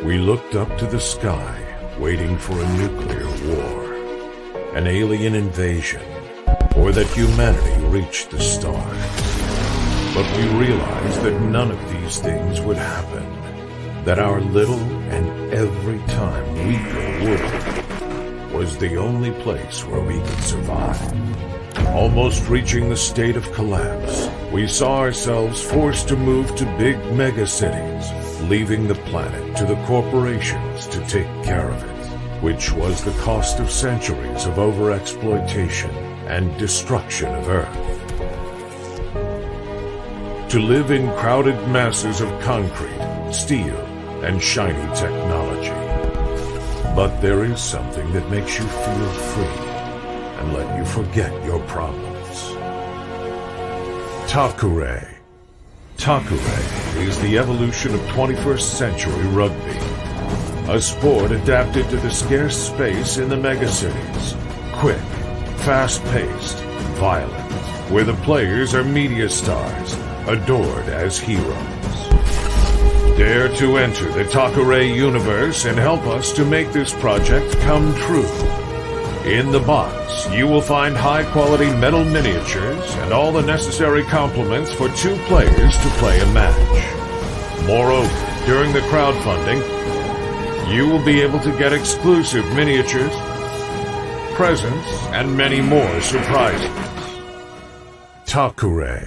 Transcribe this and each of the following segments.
We looked up to the sky, waiting for a nuclear war, an alien invasion, or that humanity reached the stars. But we realized that none of these things would happen, that our little and every time weaker world was the only place where we could survive. Almost reaching the state of collapse, we saw ourselves forced to move to big megacities, leaving the planet to the corporations to take care of it, which was the cost of centuries of overexploitation and destruction of Earth. To live in crowded masses of concrete, steel, and shiny technology. But there is something that makes you feel free and let you forget your problems. Takure. Takure is the evolution of 21st century rugby. A sport adapted to the scarce space in the megacities. Quick, fast-paced, violent, where the players are media stars, adored as heroes. Dare to enter the Takure universe and help us to make this project come true. In the box, you will find high-quality metal miniatures and all the necessary complements for 2 players to play a match. Moreover, during the crowdfunding, you will be able to get exclusive miniatures, presents, and many more surprises. Takure.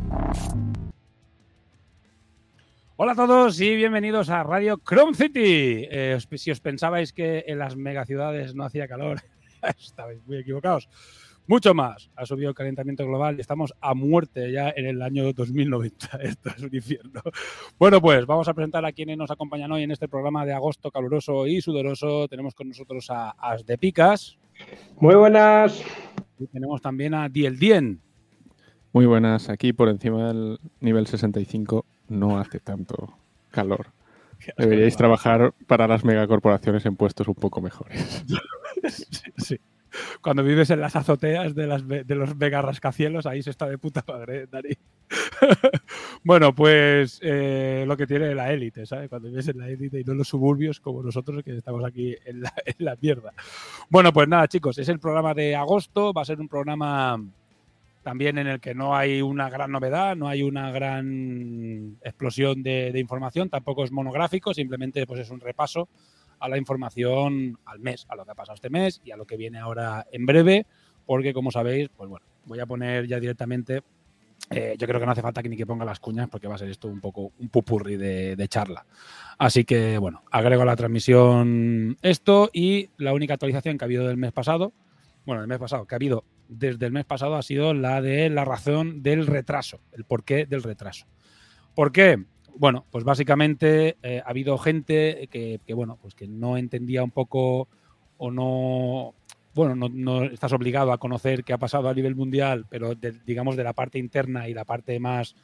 Hola a todos y bienvenidos a Radio Chrome City. Si os pensabais que en las megaciudades no hacía calor, estabais muy equivocados. Mucho más. Ha subido el calentamiento global y estamos a muerte ya en el año 2090. Esto es un infierno. Bueno, pues vamos a presentar a quienes nos acompañan hoy en este programa de agosto caluroso y sudoroso. Tenemos con nosotros a As de Picas. Muy buenas. Y tenemos también a Diel Dien. Muy buenas. Aquí por encima del nivel 65 no hace tanto calor. Deberíais trabajar para las megacorporaciones en puestos un poco mejores. Sí. Cuando vives en las azoteas de los mega rascacielos, ahí se está de puta madre, Dani. Bueno, pues lo que tiene la élite, ¿sabes? Cuando vives en la élite y no en los suburbios como nosotros que estamos aquí en la mierda. Bueno, pues nada, chicos, es el programa de agosto. Va a ser un programa también en el que no hay una gran novedad, no hay una gran explosión de información, tampoco es monográfico, simplemente pues es un repaso a la información al mes, a lo que ha pasado este mes y a lo que viene ahora en breve, porque como sabéis, pues bueno, voy a poner ya directamente, yo creo que no hace falta que ni que ponga las cuñas porque va a ser esto un poco un pupurri de charla. Así que bueno, agrego a la transmisión esto y la única actualización que ha habido del mes pasado, que ha habido desde el mes pasado ha sido la de la razón del retraso, el porqué del retraso. ¿Por qué? Bueno, pues básicamente ha habido gente que bueno, pues que no entendía un poco o no, bueno, no estás obligado a conocer qué ha pasado a nivel mundial, pero digamos de la parte interna y la parte más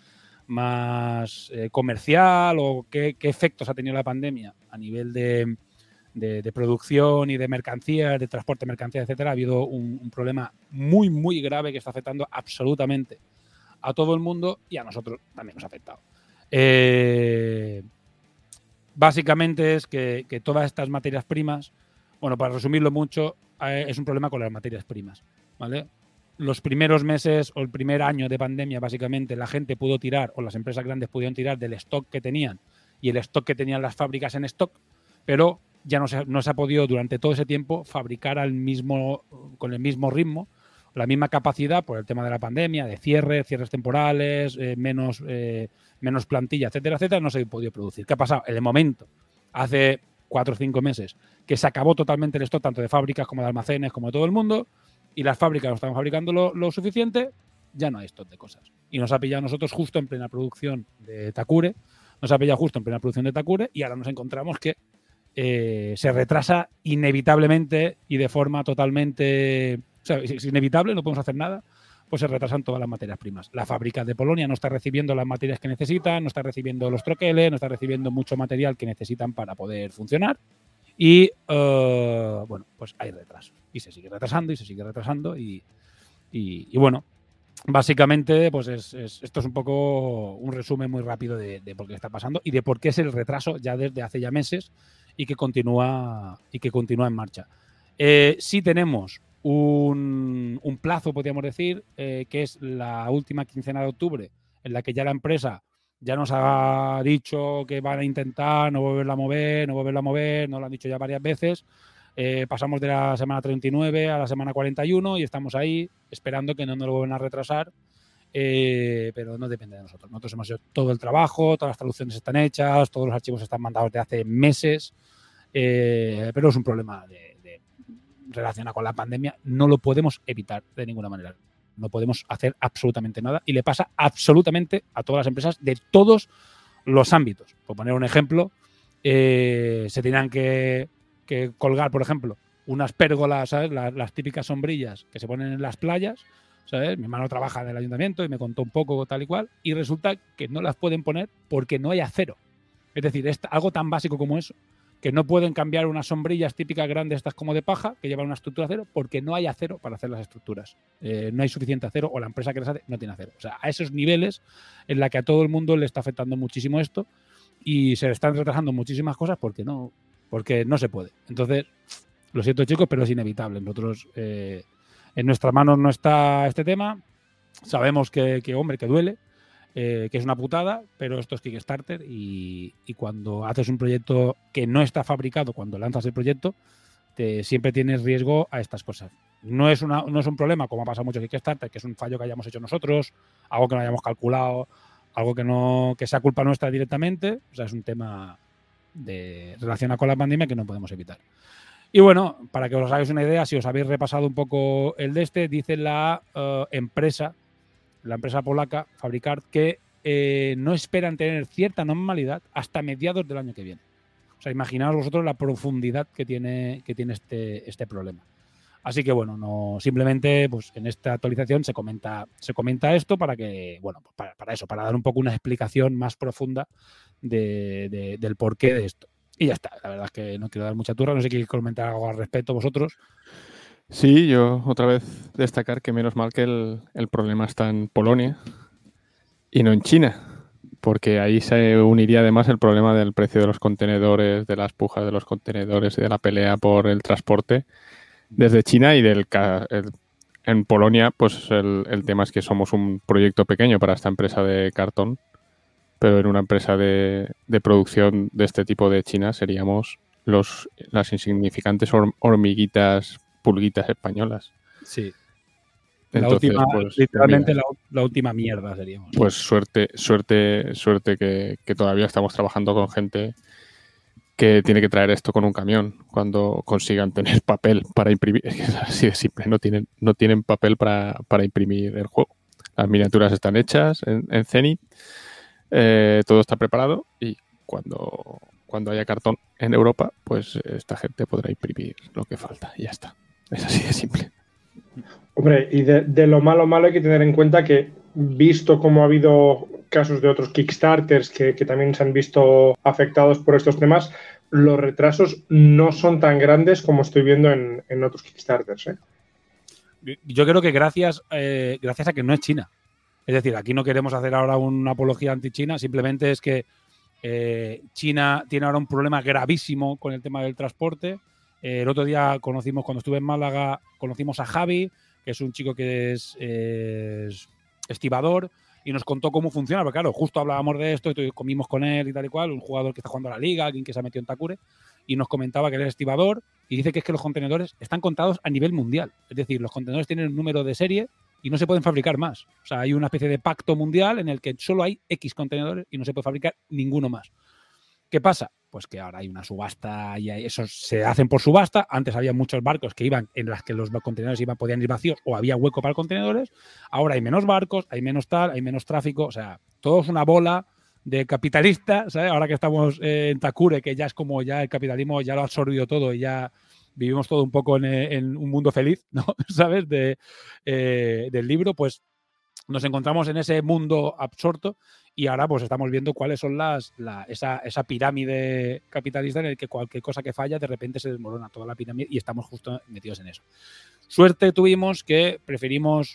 comercial o qué efectos ha tenido la pandemia a nivel de producción y de mercancías, de transporte de mercancías, etcétera. Ha habido un problema muy, muy grave que está afectando absolutamente a todo el mundo y a nosotros también nos ha afectado. Básicamente es que todas estas materias primas, bueno, para resumirlo mucho, es un problema con las materias primas, ¿vale? Los primeros meses o el primer año de pandemia, básicamente, la gente pudo tirar, o las empresas grandes pudieron tirar del stock que tenían y el stock que tenían las fábricas en stock, pero ya no se ha podido durante todo ese tiempo fabricar con el mismo ritmo, la misma capacidad por el tema de la pandemia, de cierres temporales, menos plantilla, etcétera, etcétera, no se ha podido producir. ¿Qué ha pasado? En el momento, hace 4 o 5 meses, que se acabó totalmente el stock, tanto de fábricas como de almacenes, como de todo el mundo, y las fábricas no estaban fabricando lo suficiente, ya no hay stock de cosas. Y nos ha pillado a nosotros justo en plena producción de Takure, y ahora nos encontramos que se retrasa inevitablemente y de forma totalmente... O sea, es inevitable, no podemos hacer nada, pues se retrasan todas las materias primas. La fábrica de Polonia no está recibiendo las materias que necesitan, no está recibiendo los troqueles, no está recibiendo mucho material que necesitan para poder funcionar y, bueno, pues hay retrasos. Y se sigue retrasando y bueno, básicamente pues esto es un poco un resumen muy rápido de por qué está pasando y de por qué es el retraso ya desde hace ya meses y que continúa en marcha. Sí tenemos un plazo, podríamos decir, que es la última quincena de octubre, en la que ya la empresa ya nos ha dicho que van a intentar no volverla a mover, nos lo han dicho ya varias veces. Pasamos de la semana 39 a la semana 41 y estamos ahí esperando que no nos lo vuelvan a retrasar, pero no depende de nosotros. Nosotros hemos hecho todo el trabajo, todas las traducciones están hechas, todos los archivos están mandados de hace meses, pero es un problema relacionado con la pandemia. No lo podemos evitar de ninguna manera. No podemos hacer absolutamente nada y le pasa absolutamente a todas las empresas de todos los ámbitos. Por poner un ejemplo, se tenían que colgar, por ejemplo, unas pérgolas, ¿sabes? Las típicas sombrillas que se ponen en las playas, ¿sabes? Mi hermano trabaja en el ayuntamiento y me contó un poco tal y cual, y resulta que no las pueden poner porque no hay acero. Es decir, es algo tan básico como eso, que no pueden cambiar unas sombrillas típicas grandes, estas como de paja, que llevan una estructura de acero, porque no hay acero para hacer las estructuras. No hay suficiente acero, o la empresa que las hace no tiene acero. O sea, a esos niveles en la que a todo el mundo le está afectando muchísimo esto y se le están retrasando muchísimas cosas porque no se puede. Entonces, lo siento, chicos, pero es inevitable. Nosotros, en nuestras manos no está este tema. Sabemos que duele, que es una putada, pero esto es Kickstarter y cuando haces un proyecto que no está fabricado, cuando lanzas el proyecto, siempre tienes riesgo a estas cosas. No es un problema, como ha pasado mucho en Kickstarter, que es un fallo que hayamos hecho nosotros, algo que no hayamos calculado, algo que sea culpa nuestra directamente. O sea, es un tema relacionado con la pandemia que no podemos evitar. Y bueno, para que os hagáis una idea, si os habéis repasado un poco el dice la empresa polaca, Fabricart, que no esperan tener cierta normalidad hasta mediados del año que viene. O sea, imaginaos vosotros la profundidad que tiene este problema. Así que bueno, simplemente pues en esta actualización se comenta esto para que, bueno, para eso, para dar un poco una explicación más profunda del porqué de esto. Y ya está, la verdad es que no quiero dar mucha turra, no sé si queréis comentar algo al respecto vosotros. Sí, yo otra vez destacar que menos mal que el problema está en Polonia y no en China, porque ahí se uniría además el problema del precio de los contenedores, de las pujas de los contenedores y de la pelea por el transporte desde China y en Polonia, pues el tema es que somos un proyecto pequeño para esta empresa de cartón, pero en una empresa de producción de este tipo de China seríamos las insignificantes hormiguitas, pulguitas españolas. Sí. Entonces, literalmente la última mierda seríamos. Pues suerte que todavía estamos trabajando con gente que tiene que traer esto con un camión cuando consigan tener papel para imprimir. Es así de simple, no tienen papel para imprimir el juego. Las miniaturas están hechas en Zenith, todo está preparado y cuando haya cartón en Europa, pues esta gente podrá imprimir lo que falta y ya está. Es así de simple. Hombre, y de lo malo hay que tener en cuenta que, visto cómo ha habido casos de otros Kickstarters que también se han visto afectados por estos temas, los retrasos no son tan grandes como estoy viendo en otros Kickstarters, ¿eh? Yo creo que gracias a que no es China. Es decir, aquí no queremos hacer ahora una apología anti-China, simplemente es que China tiene ahora un problema gravísimo con el tema del transporte. El otro día cuando estuve en Málaga, conocimos a Javi, que es un chico que es estibador, y nos contó cómo funciona, porque claro, justo hablábamos de esto y comimos con él y tal y cual, un jugador que está jugando a la liga, alguien que se ha metido en Takure, y nos comentaba que él es estibador y dice que es que los contenedores están contados a nivel mundial. Es decir, los contenedores tienen un número de serie y no se pueden fabricar más. O sea, hay una especie de pacto mundial en el que solo hay X contenedores y no se puede fabricar ninguno más. ¿Qué pasa? Pues que ahora hay una subasta y esos se hacen por subasta. Antes había muchos barcos que iban en las que los contenedores podían ir vacíos o había hueco para contenedores. Ahora hay menos barcos, hay menos hay menos tráfico. O sea, todo es una bola de capitalista, ¿sabes? Ahora que estamos en Takure, que ya es como ya el capitalismo ya lo ha absorbido todo y ya vivimos todo un poco en un mundo feliz, ¿no? ¿Sabes? Del libro, pues nos encontramos en ese mundo absorto y ahora pues estamos viendo cuáles son esa pirámide capitalista en el que cualquier cosa que falla de repente se desmorona toda la pirámide y estamos justo metidos en eso. Suerte tuvimos que preferimos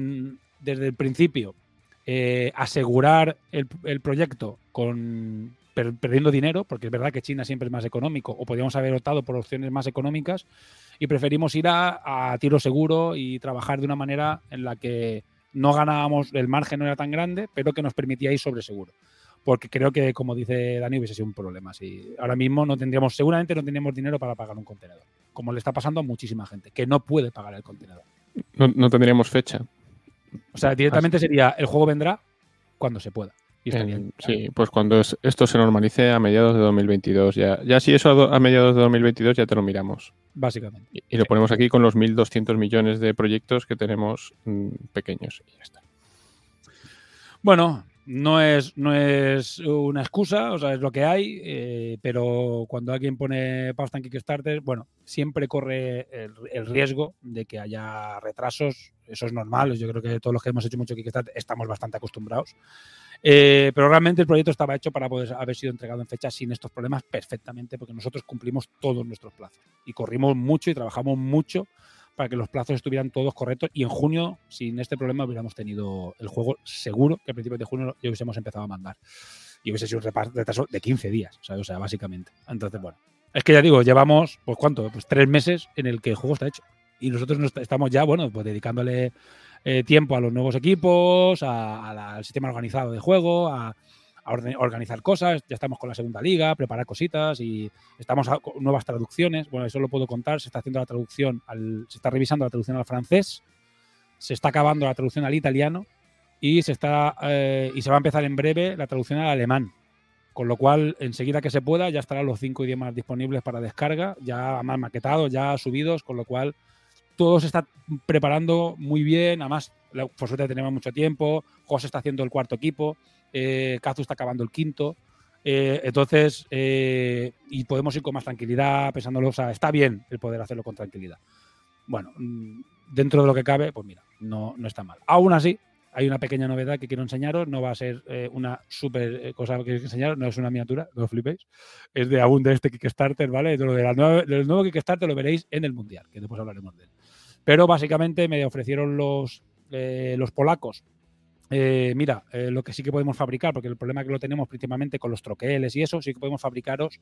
desde el principio asegurar el proyecto con perdiendo dinero, porque es verdad que China siempre es más económico, o podríamos haber optado por opciones más económicas, y preferimos ir a tiro seguro y trabajar de una manera en la que no ganábamos, el margen no era tan grande, pero que nos permitía ir sobre seguro. Porque creo que, como dice Dani, hubiese sido un problema. Si ahora mismo seguramente no tendríamos dinero para pagar un contenedor, como le está pasando a muchísima gente, que no puede pagar el contenedor. No tendríamos fecha. O sea, directamente sería, el juego vendrá cuando se pueda. Y sí, pues cuando esto se normalice a mediados de 2022. Ya si eso a mediados de 2022 ya te lo miramos. Básicamente. Y lo ponemos aquí con los 1.200 millones de proyectos que tenemos pequeños y ya está. Bueno, no es una excusa, o sea, es lo que hay, pero cuando alguien pone pasta en Kickstarter, bueno, siempre corre el riesgo de que haya retrasos. Eso es normal. Yo creo que todos los que hemos hecho mucho Kickstarter estamos bastante acostumbrados. Pero realmente el proyecto estaba hecho para poder haber sido entregado en fecha sin estos problemas perfectamente, porque nosotros cumplimos todos nuestros plazos y corrimos mucho y trabajamos mucho para que los plazos estuvieran todos correctos, y en junio, sin este problema, hubiéramos tenido el juego seguro, que a principios de junio ya hubiésemos empezado a mandar y hubiese sido un retraso de 15 días, ¿sabes? O sea, básicamente. Entonces, bueno, es que ya digo, llevamos, pues ¿cuánto? Pues 3 meses en el que el juego está hecho y nosotros estamos ya, bueno, pues dedicándole tiempo a los nuevos equipos, al sistema organizado de juego, a organizar cosas. Ya estamos con la segunda liga, preparar cositas y estamos con nuevas traducciones. Bueno, eso lo puedo contar. Se está haciendo la traducción, se está revisando la traducción al francés, se está acabando la traducción al italiano y se va a empezar en breve la traducción al alemán. Con lo cual, enseguida que se pueda, ya estarán los 5 idiomas disponibles para descarga, ya más maquetados, ya subidos, con lo cual todo se está preparando muy bien. Además, por suerte tenemos mucho tiempo. José está haciendo el 4º equipo. Kazu está acabando el 5º. Entonces, y podemos ir con más tranquilidad, pensándolo. O sea, está bien el poder hacerlo con tranquilidad. Bueno, dentro de lo que cabe, pues mira, no está mal. Aún así, hay una pequeña novedad que quiero enseñaros. No va a ser una súper cosa que quiero enseñaros. No es una miniatura, no os flipéis. Es de aún de este Kickstarter, ¿vale? Del nuevo Kickstarter lo veréis en el Mundial, que después hablaremos de él. Pero básicamente me ofrecieron los polacos. Lo que sí que podemos fabricar, porque el problema que lo tenemos principalmente con los troqueles y eso, sí que podemos fabricaros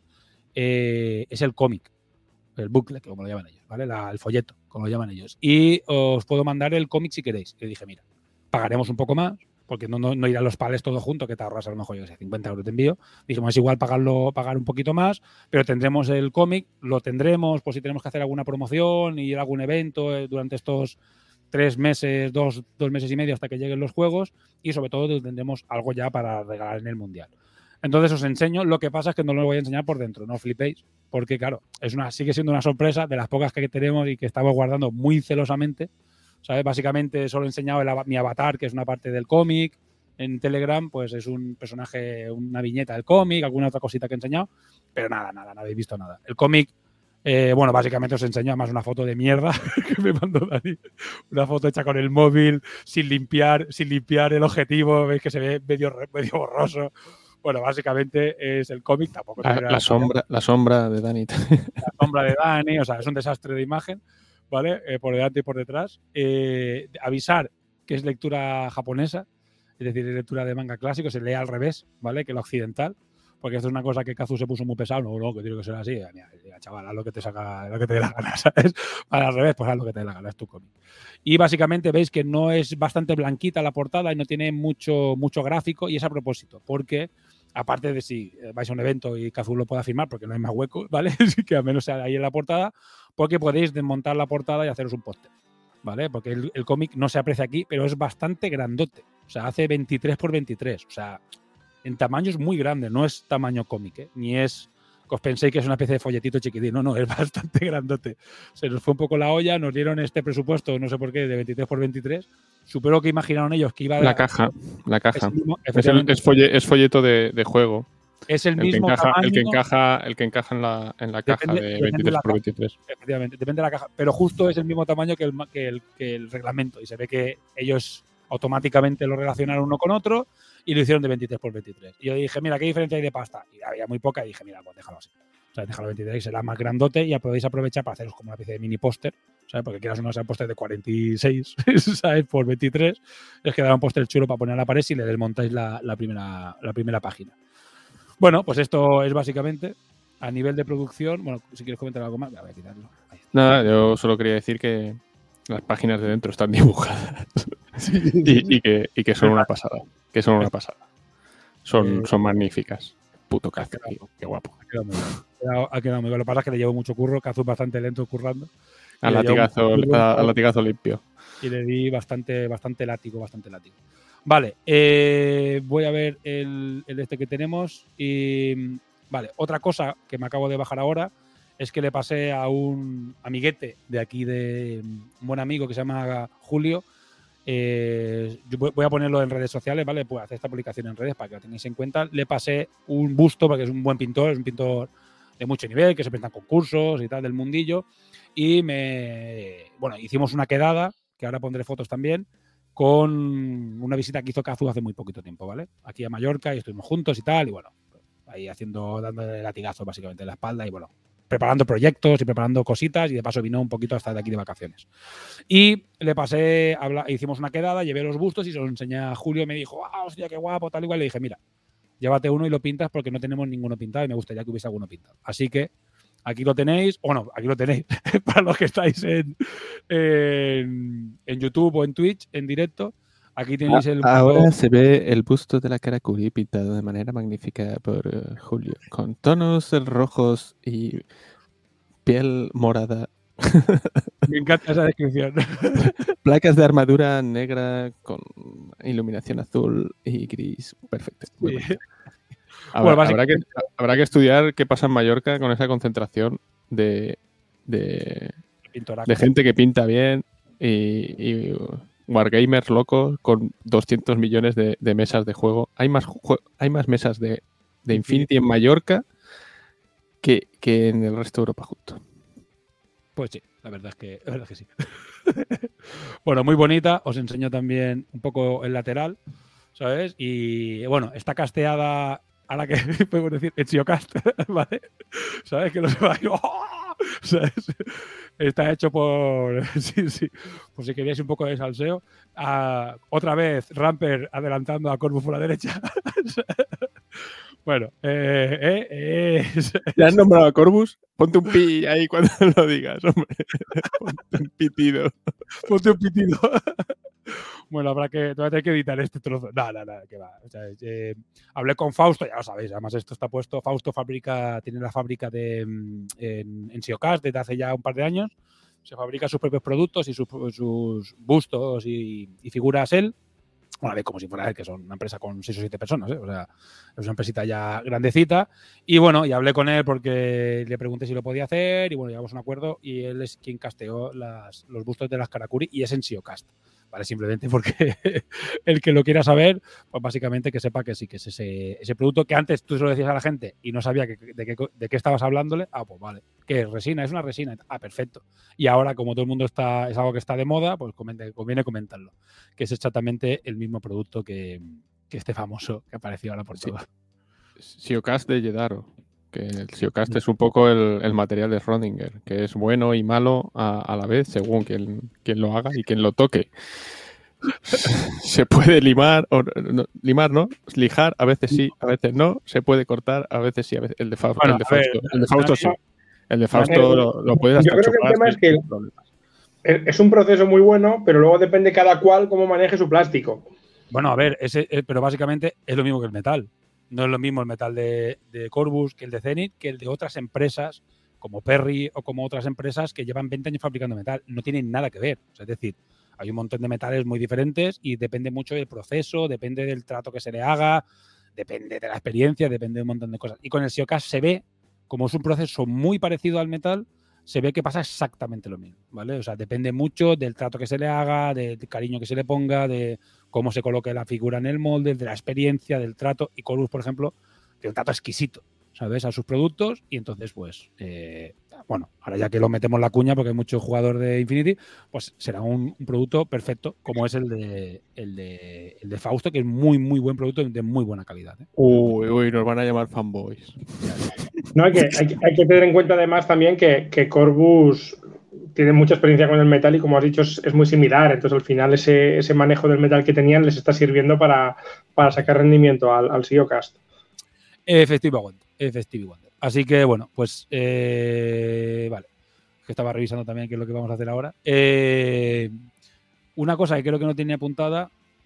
es el cómic, el booklet, como lo llaman ellos, ¿vale? El folleto, como lo llaman ellos. Y os puedo mandar el cómic si queréis. Y dije, mira, pagaremos un poco más, porque no irán los pales todos juntos, que te ahorras a lo mejor, yo sé, 50 euros de envío. Dijimos, es igual pagar un poquito más, pero tendremos el cómic, lo tendremos, por si tenemos que hacer alguna promoción y ir a algún evento durante estos 3 meses, 2 meses y medio hasta que lleguen los juegos, y sobre todo tendremos algo ya para regalar en el Mundial. Entonces os enseño. Lo que pasa es que no lo voy a enseñar por dentro, no os flipéis, porque claro, sigue siendo una sorpresa de las pocas que tenemos y que estamos guardando muy celosamente, ¿sabes? Básicamente solo he enseñado mi avatar, que es una parte del cómic. En Telegram, pues es un personaje, una viñeta del cómic, alguna otra cosita que he enseñado, pero nada, no habéis visto nada. El cómic, bueno, básicamente os enseño además una foto de mierda que me mandó Dani. Una foto hecha con el móvil, sin limpiar el objetivo, veis que se ve medio borroso. Bueno, básicamente es el cómic, tampoco. La sombra de Dani. La sombra de Dani, o sea, es un desastre de imagen, ¿vale? Por delante y por detrás. Avisar que es lectura japonesa, es decir, es lectura de manga clásico, se lee al revés, ¿vale? Que la occidental, porque esto es una cosa que Kazu se puso muy pesado. No, que tiene que ser así. Mira, chaval, haz lo que te dé la gana, ¿sabes? Al revés, pues haz lo que te dé la gana, es tu cómic. Y básicamente veis que no es bastante blanquita la portada y no tiene mucho gráfico, y es a propósito, porque aparte de si vais a un evento y Kazu lo pueda firmar, porque no hay más hueco, ¿vale? Así que al menos sea ahí en la portada, porque podéis desmontar la portada y haceros un póster, ¿vale? Porque el cómic no se aprecia aquí, pero es bastante grandote. O sea, hace 23 por 23. O sea, en tamaño es muy grande. No es tamaño cómic, ¿eh? Ni es que os penséis que es una especie de folletito chiquitín. No, es bastante grandote. Se nos fue un poco la olla, nos dieron este presupuesto, no sé por qué, de 23 por 23. Supero que imaginaron ellos que iba a... La caja. Es folleto de juego. Es el mismo tamaño. El que encaja en la caja de 23 por 23. Efectivamente, depende de la caja. Pero justo es el mismo tamaño que el reglamento. Y se ve que ellos automáticamente lo relacionaron uno con otro y lo hicieron de 23 por 23. Y yo dije, mira, ¿qué diferencia hay de pasta? Y había muy poca y dije, mira, pues déjalo así. O sea, déjalo 23, será más grandote y podéis aprovechar para haceros como una especie de mini póster, ¿sabes? Porque quieras o no sea un póster de 46, ¿sabes? Por 23. Es que dará un póster chulo para poner a la pared si le desmontáis la primera página. Bueno, pues esto es básicamente a nivel de producción. Bueno, si quieres comentar algo más, voy a quitarlo. Ahí está. Nada, yo solo quería decir que las páginas de dentro están dibujadas y que son una pasada. Que son una pasada. Son magníficas. Puto Kazu, qué guapo. Ha quedado muy bien. Ha quedado muy bien. Lo que pasa es que le llevo mucho curro. Kazu es bastante lento currando. Al latigazo limpio. Y le di bastante látigo. Vale, voy a ver el este que tenemos. Y vale, otra cosa que me acabo de bajar ahora es que le pasé a un amiguete de aquí, de un buen amigo que se llama Julio. Yo voy a ponerlo en redes sociales, ¿vale? Puedo hacer esta publicación en redes para que lo tengáis en cuenta. Le pasé un busto, porque es un buen pintor, es un pintor de mucho nivel, que se presenta en concursos y tal del mundillo. Y hicimos una quedada, que ahora pondré fotos también, con una visita que hizo Kazu hace muy poquito tiempo, ¿vale? Aquí a Mallorca, y estuvimos juntos y tal, y bueno, ahí dándole latigazos básicamente en la espalda y bueno, preparando proyectos y preparando cositas, y de paso vino un poquito hasta de aquí de vacaciones. Y le pasé, hicimos una quedada, llevé los bustos y se los enseñé a Julio y me dijo, hostia, qué guapo, tal igual. Le dije, mira, llévate uno y lo pintas porque no tenemos ninguno pintado y me gustaría que hubiese alguno pintado. Así que aquí lo tenéis, aquí lo tenéis para los que estáis en YouTube o en Twitch en directo. Aquí tenéis el busto. Ahora se ve el busto de la Karakuri pintado de manera magnífica por Julio, con tonos rojos y piel morada. Me encanta esa descripción. Placas de armadura negra con iluminación azul y gris. Perfecto. Sí. Habrá que estudiar qué pasa en Mallorca con esa concentración de gente que pinta bien y wargamers locos con 200 millones de mesas de juego. Hay más mesas de Infinity en Mallorca que en el resto de Europa junto. Pues sí, la verdad es que sí. Bueno, muy bonita. Os enseño también un poco el lateral, ¿sabes? Y bueno, está casteada, a la que podemos decir Etziocast, ¿vale? ¿Sabes? Que no se va a ir. ¡Oh! ¿Sabes? Está hecho por... Sí. Por si queríais un poco de salseo. Otra vez, Ramper adelantando a Corvus por la derecha. Bueno, ¿Ya has nombrado a Corvus? Ponte un pi ahí cuando lo digas, hombre. Ponte un pitido. Bueno, te voy a tener que editar este trozo. No, que va. O sea, hablé con Fausto, ya lo sabéis, además esto está puesto. Fausto tiene la fábrica en Etziocast desde hace ya un par de años. Se fabrica sus propios productos y sus bustos y figuras él. Bueno, a ver, como si fuera él, que son una empresa con 6 o 7 personas, ¿eh? O sea, es una empresita ya grandecita. Y bueno, y hablé con él porque le pregunté si lo podía hacer y bueno, llegamos a un acuerdo y él es quien casteó los bustos de las Karakuri y es en Etziocast. ¿Vale? Simplemente porque el que lo quiera saber, pues básicamente que sepa que sí, que es ese producto que antes tú se lo decías a la gente y no sabía de qué estabas hablándole. Pues vale. ¿Qué es resina? Es una resina. Perfecto. Y ahora, como todo el mundo es algo que está de moda, pues conviene comentarlo. Que es exactamente el mismo producto que este famoso que apareció ahora por todo. Etziocast de Jedaro. Que el Etziocast es un poco el material de Schrödinger, que es bueno y malo a la vez, según quien lo haga y quien lo toque. Se puede limar, ¿no? Lijar, a veces sí, a veces no. Se puede cortar, a veces sí, a veces. El de Fausto sí. El de Fausto lo puedes hasta chupar. Yo creo que el tema es que es un proceso muy bueno, pero luego depende cada cual cómo maneje su plástico. Bueno, a ver, pero básicamente es lo mismo que el metal. No es lo mismo el metal de Corvus que el de Zenith, que el de otras empresas como Perry o como otras empresas que llevan 20 años fabricando metal. No tienen nada que ver. O sea, es decir, hay un montón de metales muy diferentes y depende mucho del proceso, depende del trato que se le haga, depende de la experiencia, depende de un montón de cosas. Y con el Etziocast se ve, como es un proceso muy parecido al metal, se ve que pasa exactamente lo mismo, ¿vale? O sea, depende mucho del trato que se le haga, del cariño que se le ponga, de cómo se coloque la figura en el molde, de la experiencia, del trato. Y Corvus, por ejemplo, tiene un trato exquisito, ¿sabes? A sus productos. Y entonces, pues, bueno, ahora ya que lo metemos la cuña, porque hay mucho jugador de Infinity, pues será un producto perfecto, como es el de Fausto, que es muy, muy buen producto de muy buena calidad, ¿eh? Uy, nos van a llamar fanboys. No, hay que tener en cuenta además también que Corvus tiene mucha experiencia con el metal y como has dicho es muy similar, entonces al final ese manejo del metal que tenían les está sirviendo para sacar rendimiento al Etziocast. Efectivo Wonder. Así que, bueno, pues vale. Que estaba revisando también qué es lo que vamos a hacer ahora. Una cosa que creo que no tenía apuntada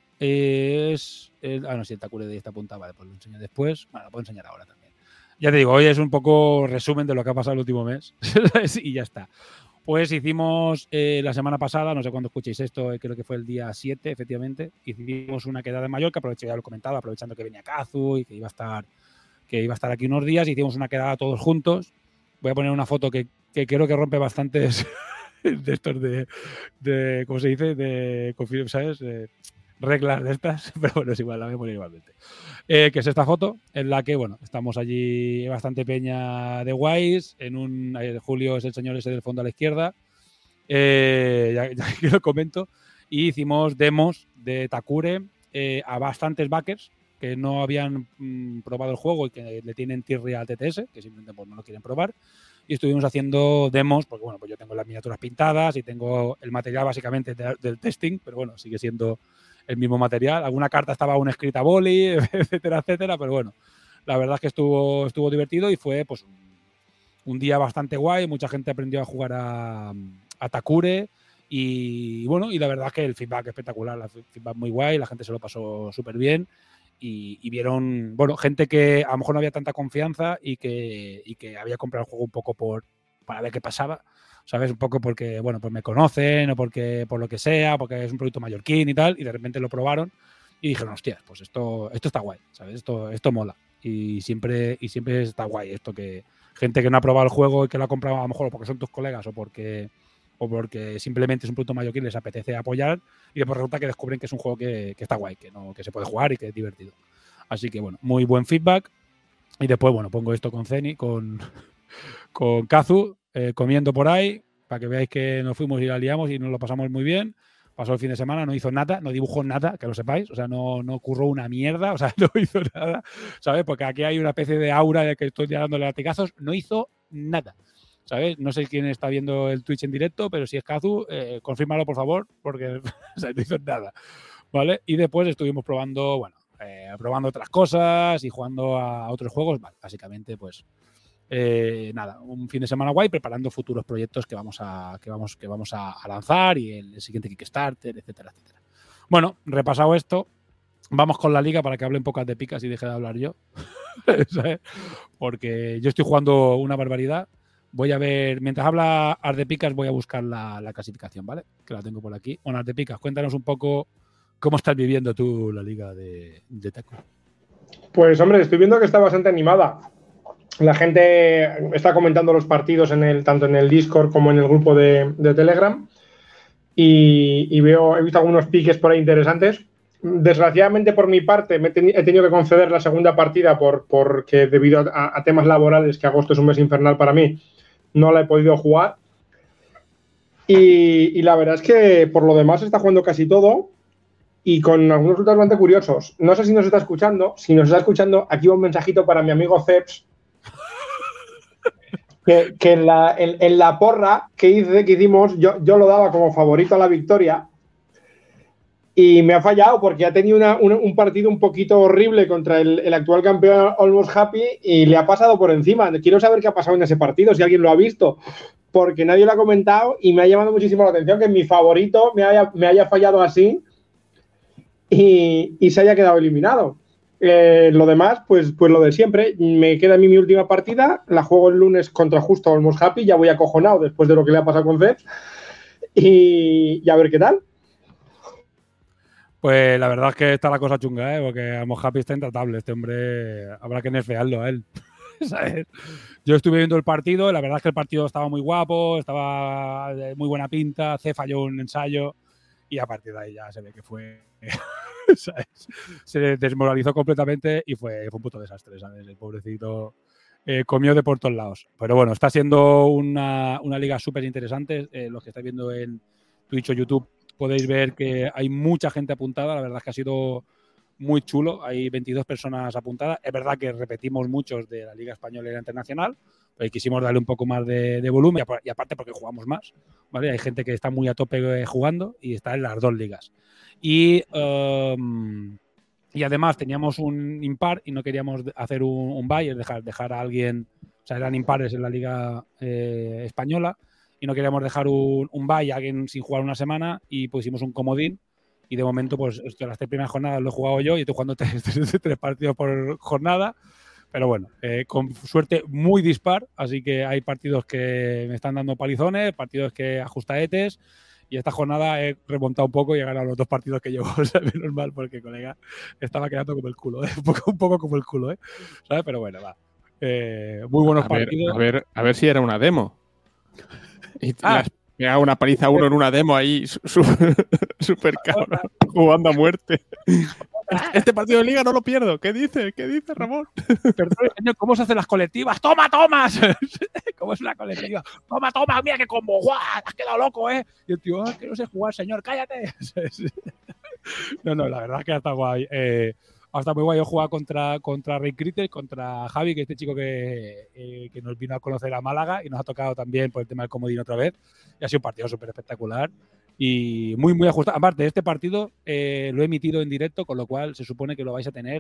es... no, sí, el Takure Day está apuntado. Vale, pues lo enseño después. Bueno, lo puedo enseñar ahora también. Ya te digo, hoy es un poco resumen de lo que ha pasado el último mes. Y ya está. Pues hicimos la semana pasada, no sé cuándo escuchéis esto, creo que fue el día 7, efectivamente, hicimos una quedada en Mallorca, ya lo he comentado, aprovechando que venía Kazu y que iba a estar aquí unos días, hicimos una quedada todos juntos. Voy a poner una foto que creo que rompe bastantes de estos de ¿cómo se dice? De, ¿sabes? Reglas de estas, pero bueno, es igual, la voy a poner igualmente. Que es esta foto en la que, bueno, estamos allí bastante peña de guays, Julio es el señor ese del fondo a la izquierda, ya que lo comento, y hicimos demos de Takure a bastantes backers que no habían probado el juego y que le tienen tirria al TTS, que simplemente pues, no lo quieren probar, y estuvimos haciendo demos, porque bueno, pues yo tengo las miniaturas pintadas y tengo el material básicamente del testing, pero bueno, sigue siendo el mismo material. Alguna carta estaba aún escrita a boli, etcétera, etcétera, pero bueno, la verdad es que estuvo divertido y fue pues un día bastante guay. Mucha gente aprendió a jugar a Takure y bueno, y la verdad es que el feedback espectacular, el feedback muy guay, la gente se lo pasó súper bien y vieron, bueno, gente que a lo mejor no había tanta confianza y que había comprado el juego un poco para ver qué pasaba, ¿sabes? Un poco porque, bueno, pues me conocen o porque por lo que sea, porque es un producto mallorquín y tal, y de repente lo probaron y dijeron, hostias, pues esto está guay, ¿sabes? Esto mola. Y siempre está guay esto, que gente que no ha probado el juego y que lo ha comprado a lo mejor porque son tus colegas o porque simplemente es un producto mallorquín, les apetece apoyar y después resulta que descubren que es un juego que está guay, que se puede jugar y que es divertido. Así que, bueno, muy buen feedback. Y después, bueno, pongo esto con Zeni, con Kazu, comiendo por ahí, para que veáis que nos fuimos y la liamos y nos lo pasamos muy bien. Pasó el fin de semana, no hizo nada, no dibujó nada, que lo sepáis, o sea, no curró una mierda, o sea, no hizo nada, ¿sabes? Porque aquí hay una especie de aura de que estoy dándole latigazos, no hizo nada, ¿sabes? No sé quién está viendo el Twitch en directo, pero si es Kazu, confírmalo, por favor, porque o sea, no hizo nada, ¿vale? Y después estuvimos probando, bueno, probando otras cosas y jugando a otros juegos, vale, básicamente, pues nada, un fin de semana guay preparando futuros proyectos que vamos a lanzar y el siguiente Kickstarter, etcétera, etcétera. Bueno, repasado esto, vamos con la liga para que hable un poco de picas y deje de hablar yo. ¿Sabes? Porque yo estoy jugando una barbaridad. Voy a ver, mientras habla Ardepicas, voy a buscar la clasificación, ¿vale? Que la tengo por aquí. Bueno, Ardepicas, cuéntanos un poco cómo estás viviendo tú la liga de Taco. Pues hombre, estoy viendo que está bastante animada. La gente está comentando los partidos tanto en el Discord como en el grupo de Telegram. Y he visto algunos piques por ahí interesantes. Desgraciadamente, por mi parte, he tenido que conceder la segunda partida porque debido a temas laborales, que agosto es un mes infernal para mí, no la he podido jugar. Y la verdad es que por lo demás está jugando casi todo y con algunos resultados bastante curiosos. No sé si nos está escuchando. Si nos está escuchando, aquí va un mensajito para mi amigo Ceps, que en la porra que hicimos, yo lo daba como favorito a la victoria y me ha fallado porque ha tenido un partido un poquito horrible contra el actual campeón Almost Happy y le ha pasado por encima. Quiero saber qué ha pasado en ese partido, si alguien lo ha visto, porque nadie lo ha comentado y me ha llamado muchísimo la atención que mi favorito me haya fallado así y se haya quedado eliminado. Lo demás, pues lo de siempre. Me queda a mí mi última partida, la juego el lunes contra justo Almost Happy, ya voy acojonado después de lo que le ha pasado con Zed y a ver qué tal. Pues la verdad es que está la cosa chunga, porque Almost Happy está intratable. Este hombre habrá que nerfearlo a él. ¿Sabes? Yo estuve viendo el partido, la verdad es que el partido estaba muy guapo, estaba de muy buena pinta, C falló un ensayo y a partir de ahí ya se ve que fue... ¿sabes? Se desmoralizó completamente y fue un puto desastre, ¿sabes? El pobrecito comió de por todos lados. Pero bueno, está siendo una liga súper interesante. Los que estáis viendo en Twitch o YouTube podéis ver que hay mucha gente apuntada. La verdad es que ha sido muy chulo. Hay 22 personas apuntadas. Es verdad que repetimos muchos de la Liga Española y la Internacional, pero quisimos darle un poco más de volumen y aparte porque jugamos más, ¿vale? Hay gente que está muy a tope jugando y está en las dos ligas. Y Y además teníamos un impar y no queríamos hacer un bye, es dejar a alguien, o sea, eran impares en la Liga Española y no queríamos dejar un bye a alguien sin jugar una semana y pusimos un comodín y de momento pues las 3 primeras jornadas lo he jugado yo y estoy jugando 3 partidos por jornada, pero bueno, con suerte muy dispar, así que hay partidos que me están dando palizones, partidos que ajustaetes. Y esta jornada he remontado un poco y he ganado los 2 partidos que llevo. O sea, menos mal, porque, colega, estaba quedando como el culo, ¿eh? Un poco como el culo, ¿eh? ¿Sabes? Pero bueno, va. Muy buenos partidos. A ver si era una demo. Y me hago una paliza a uno en una demo ahí, súper cabrón, jugando a muerte. Este partido de liga no lo pierdo. ¿Qué dice? ¿Qué dice, Ramón? Perdón, señor, ¿cómo se hacen las colectivas? ¡Toma, tomas! ¿Cómo es una colectiva? ¡Toma, toma! ¡Mira qué combo! ¡Guau! ¡Has quedado loco, eh! Y el tío, que no sé jugar, señor, cállate. No, la verdad es que hasta guay. Hasta muy guay. Yo jugaba contra Ray Critter, contra Javi, que es este chico que nos vino a conocer a Málaga y nos ha tocado también por el tema del comodín otra vez. Y ha sido un partido súper espectacular. Y muy, muy ajustado. Aparte, este partido lo he emitido en directo, con lo cual se supone que lo vais a tener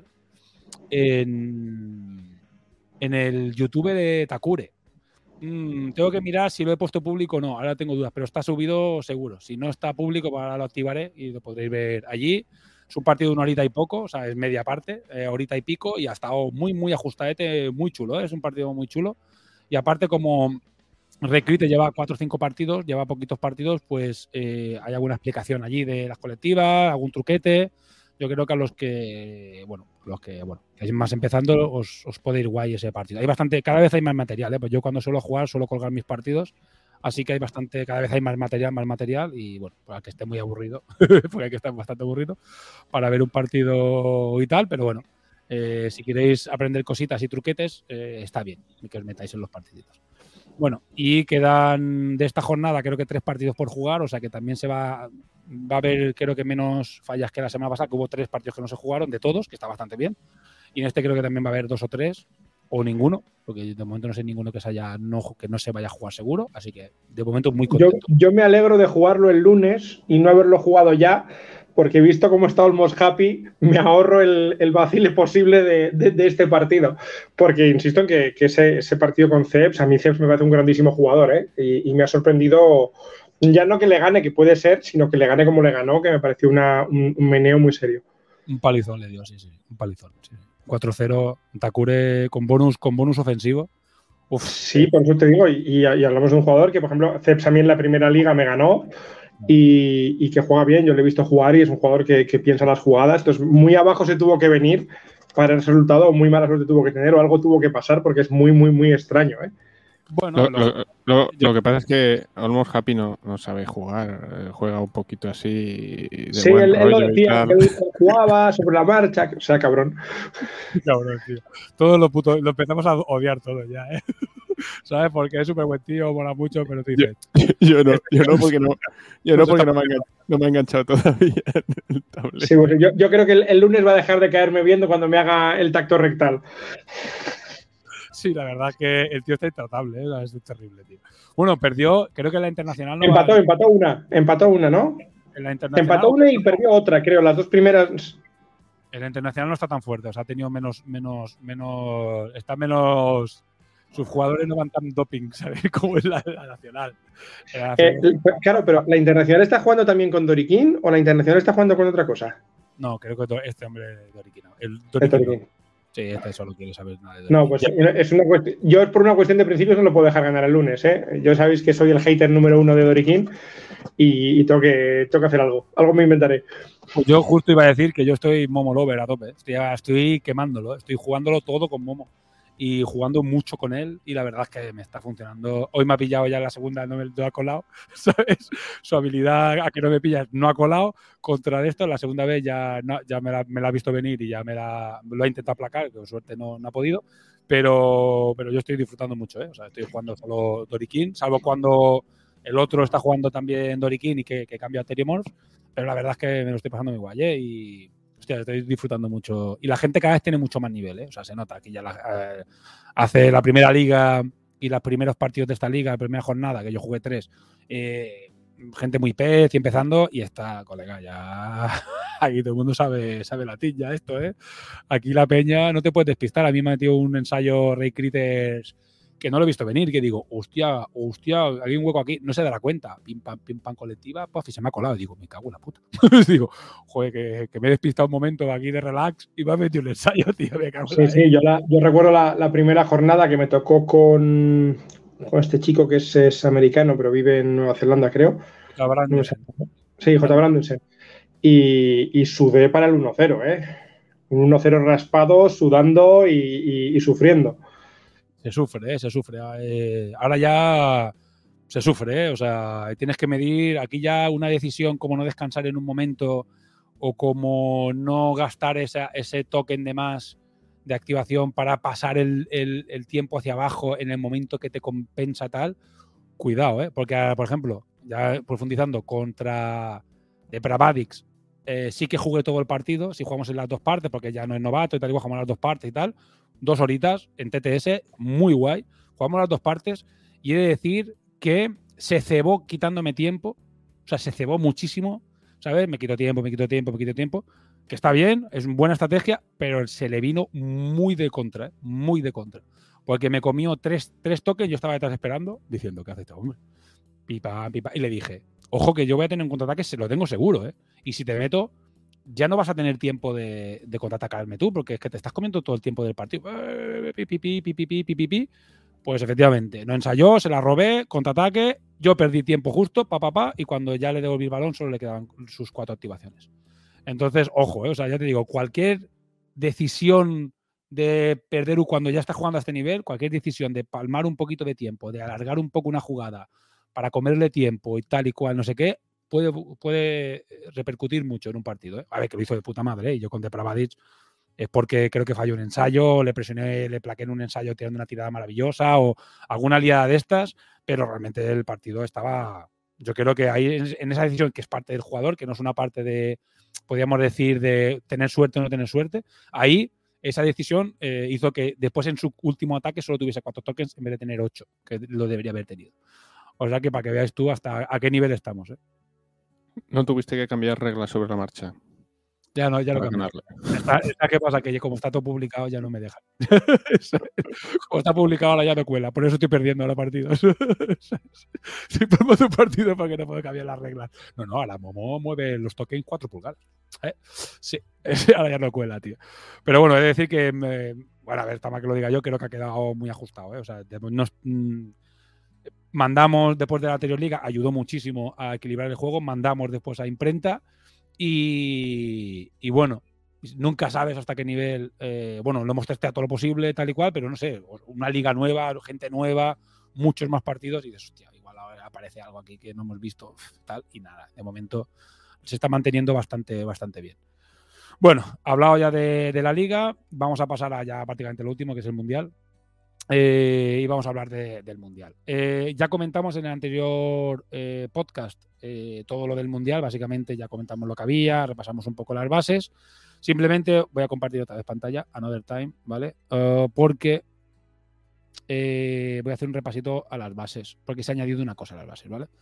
en el YouTube de Takure. Tengo que mirar si lo he puesto público o no. Ahora tengo dudas, pero está subido seguro. Si no está público, pues ahora lo activaré y lo podréis ver allí. Es un partido de 1 horita y poco, o sea, es media parte, horita y pico, y ha estado muy, muy ajustadete, muy chulo. Es un partido muy chulo. Y aparte, como Recruite lleva 4 o 5 partidos, lleva poquitos partidos, pues hay alguna explicación allí de las colectivas, algún truquete. Yo creo que a los que estáis más empezando os puede ir guay ese partido. Hay bastante, cada vez hay más material, ¿eh? Pues yo cuando suelo jugar suelo colgar mis partidos, así que hay bastante, cada vez hay más material y bueno, para que esté muy aburrido, porque hay que estar bastante aburrido para ver un partido y tal, pero bueno, si queréis aprender cositas y truquetes, está bien que os metáis en los partiditos. Bueno, y quedan de esta jornada creo que 3 partidos por jugar, o sea que también va a haber creo que menos fallas que la semana pasada, que hubo 3 partidos que no se jugaron, de todos, que está bastante bien. Y en este creo que también va a haber 2 o 3, o ninguno, porque de momento no sé ninguno que no se vaya a jugar seguro, así que de momento muy contento. Yo me alegro de jugarlo el lunes y no haberlo jugado ya, porque visto cómo está Almost Happy, me ahorro el vacile posible de este partido. Porque insisto en que ese partido con Ceps, a mí Ceps me parece un grandísimo jugador, ¿eh? Y me ha sorprendido, ya no que le gane, que puede ser, sino que le gane como le ganó, que me pareció un meneo muy serio. Un palizón le dio, sí, un palizón. Sí. 4-0, Takure con bonus ofensivo. Uf. Sí, por eso te digo, y hablamos de un jugador que, por ejemplo, Ceps a mí en la primera liga me ganó y que juega bien, yo le he visto jugar y es un jugador que piensa las jugadas, entonces muy abajo se tuvo que venir para el resultado, o muy mala suerte tuvo que tener, o algo tuvo que pasar, porque es muy, muy, muy extraño, ¿eh? Bueno, lo que pasa es que Almost Happy no sabe jugar, juega un poquito así. Sí, él lo decía, que él jugaba sobre la marcha, o sea, cabrón. Cabrón, tío. Todo lo empezamos a odiar todo ya, ¿eh? ¿Sabes? Porque es súper buen tío, mola mucho, pero te dices. Yo no, porque no me ha enganchado todavía el tablero. Sí, bueno, yo creo que el lunes va a dejar de caerme viendo cuando me haga el tacto rectal. Sí, la verdad que el tío está intratable, ¿eh? Es terrible, tío. Bueno, perdió, creo que en la internacional no empató una, ¿no? En la internacional empató una y perdió otra, creo, las 2 primeras. En la internacional no está tan fuerte, o sea, ha tenido menos, está menos. Sus jugadores no van tan doping, ¿sabes? Como en la nacional. Claro, pero ¿la internacional está jugando también con Doriquín o la internacional está jugando con otra cosa? No, creo que este hombre es Doriquín. El Doriquín. Sí, este solo quiere saber nada de Doriquín. No, pues es una cuestión. Yo, por una cuestión de principios, no lo puedo dejar ganar el lunes, ¿eh? Yo sabéis que soy el hater número 1 de Doriquín y tengo que hacer algo. Algo me inventaré. Pues yo justo iba a decir que yo estoy Momo Lover a tope. Estoy quemándolo, estoy jugándolo todo con Momo. Y jugando mucho con él y la verdad es que me está funcionando. Hoy me ha pillado ya en la segunda, no ha colado, ¿sabes? Su habilidad a que no me pillas no ha colado. Contra esto, la segunda vez ya me la ha visto venir y ya lo ha intentado aplacar, que por suerte no ha podido. Pero yo estoy disfrutando mucho, ¿eh? O sea, estoy jugando solo Doriquín, salvo cuando el otro está jugando también Doriquín y que cambia a Theriomorph. Pero la verdad es que me lo estoy pasando muy guay, ¿eh? Y hostia, estoy disfrutando mucho. Y la gente cada vez tiene mucho más nivel, ¿eh? O sea, se nota que ya hace la primera liga y los primeros partidos de esta liga, la primera jornada, que yo jugué 3, gente muy pez y empezando, y esta colega ya Aquí todo el mundo sabe latín ya esto, ¿eh? Aquí la peña no te puedes despistar. A mí me ha metido un ensayo Ray Critters que no lo he visto venir, que digo, hostia, hay un hueco aquí, no se dará cuenta. Pim, pam, colectiva, puff, y se me ha colado. Digo, me cago en la puta. Digo, joder, que me he despistado un momento aquí de relax y me ha metido un ensayo, tío, me cago en la Sí, yo recuerdo la primera jornada que me tocó con este chico que es americano, pero vive en Nueva Zelanda, creo. No sé. Sí, J. Brandensen. Y sudé para el 1-0, ¿eh? Un 1-0 raspado, sudando y sufriendo. Se sufre, se sufre. Ahora ya se sufre, o sea, tienes que medir. Aquí ya una decisión como no descansar en un momento o como no gastar ese token de más de activación para pasar el tiempo hacia abajo en el momento que te compensa tal. Cuidado, porque, por ejemplo, ya profundizando contra Depravadix, sí que jugué todo el partido, si jugamos en las dos partes, porque ya no es novato y tal, igual jugamos las dos partes y tal, 2 horitas en TTS, muy guay, jugamos las dos partes y he de decir que se cebó quitándome tiempo, o sea, se cebó muchísimo, ¿sabes? Me quito tiempo, que está bien, es una buena estrategia, pero se le vino muy de contra, muy de contra. Porque me comió 3 tokens, yo estaba detrás esperando, diciendo, ¿qué hace este hombre? Pipa. Y le dije, ojo que yo voy a tener un contraataque, se lo tengo seguro, ¿eh? Y si te meto, ya no vas a tener tiempo de contraatacarme tú, porque es que te estás comiendo todo el tiempo del partido. Pues efectivamente, no ensayó, se la robé, contraataque, yo perdí tiempo justo, y cuando ya le devolví el balón solo le quedaban sus 4 activaciones. Entonces, ojo, o sea, ya te digo, cualquier decisión de perder cuando ya estás jugando a este nivel, cualquier decisión de palmar un poquito de tiempo, de alargar un poco una jugada para comerle tiempo y tal y cual, no sé qué, puede repercutir mucho en un partido, ¿eh? A ver, que lo hizo de puta madre, ¿eh? Yo con Depravadic es porque creo que falló un ensayo, le presioné, le plaqué en un ensayo tirando una tirada maravillosa o alguna liada de estas, pero realmente el partido estaba... Yo creo que ahí en esa decisión que es parte del jugador, que no es una parte de, podríamos decir, de tener suerte o no tener suerte, ahí esa decisión hizo que después en su último ataque solo tuviese 4 tokens en vez de tener 8, que lo debería haber tenido. O sea que para que veáis tú hasta a qué nivel estamos, ¿eh? No tuviste que cambiar reglas sobre la marcha. Ya no, ya lo cambié. ¿Qué pasa? Que como está todo publicado ya no me dejan. Como está publicado ahora ya no cuela. Por eso estoy perdiendo los partidos. Si pongo tu partido para que no puedo cambiar las reglas. No, ahora Momo mueve los tokens 4 pulgadas. Sí, ahora ya no cuela, tío. Pero bueno, he de decir que, bueno, a ver, está mal que lo diga yo, creo que ha quedado muy ajustado, ¿eh? O sea, mandamos después de la anterior liga, ayudó muchísimo a equilibrar el juego, mandamos después a imprenta y bueno, nunca sabes hasta qué nivel, bueno, lo hemos testeado todo lo posible, tal y cual, pero no sé, una liga nueva, gente nueva, muchos más partidos y dices, hostia, igual aparece algo aquí que no hemos visto, tal, y nada, de momento se está manteniendo bastante bien. Bueno, hablado ya de la liga, vamos a pasar a ya prácticamente lo último, que es el Mundial. Y vamos a hablar del Mundial. Ya comentamos en el anterior podcast todo lo del Mundial, básicamente ya comentamos lo que había, repasamos un poco las bases. Simplemente voy a compartir otra vez pantalla, another time, ¿vale? Porque voy a hacer un repasito a las bases, porque se ha añadido una cosa a las bases, ¿vale?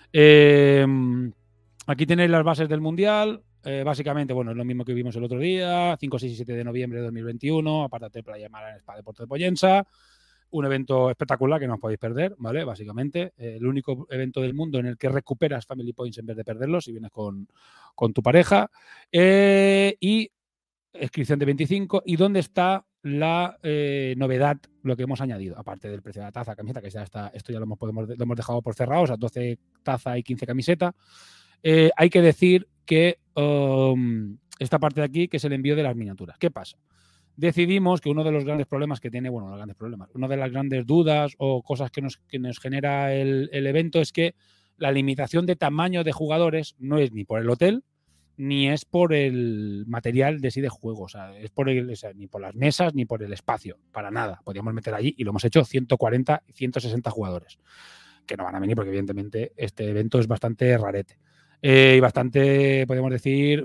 Aquí tenéis las bases del Mundial. Básicamente, bueno, es lo mismo que vimos el otro día, 5, 6 y 7 de noviembre de 2021, apártate de Playa Mar en Spa de Puerto de Pollensa, un evento espectacular que no os podéis perder, ¿vale? Básicamente, el único evento del mundo en el que recuperas Family Points en vez de perderlos si vienes con tu pareja, y inscripción de 25, y dónde está la novedad, lo que hemos añadido, aparte del precio de la taza, camiseta, que ya está, esto ya lo hemos dejado por cerrado, o sea, 12 taza y 15 camiseta. Hay que decir que esta parte de aquí, que es el envío de las miniaturas. ¿Qué pasa? Decidimos que uno de los grandes problemas que tiene, bueno, los grandes problemas, una de las grandes dudas o cosas que nos genera el evento es que la limitación de tamaño de jugadores no es ni por el hotel, ni es por el material de sí de juego, o sea, es por ni por las mesas, ni por el espacio, para nada. Podríamos meter allí, y lo hemos hecho, 140 y 160 jugadores, que no van a venir porque evidentemente este evento es bastante rarete. Y bastante, podemos decir,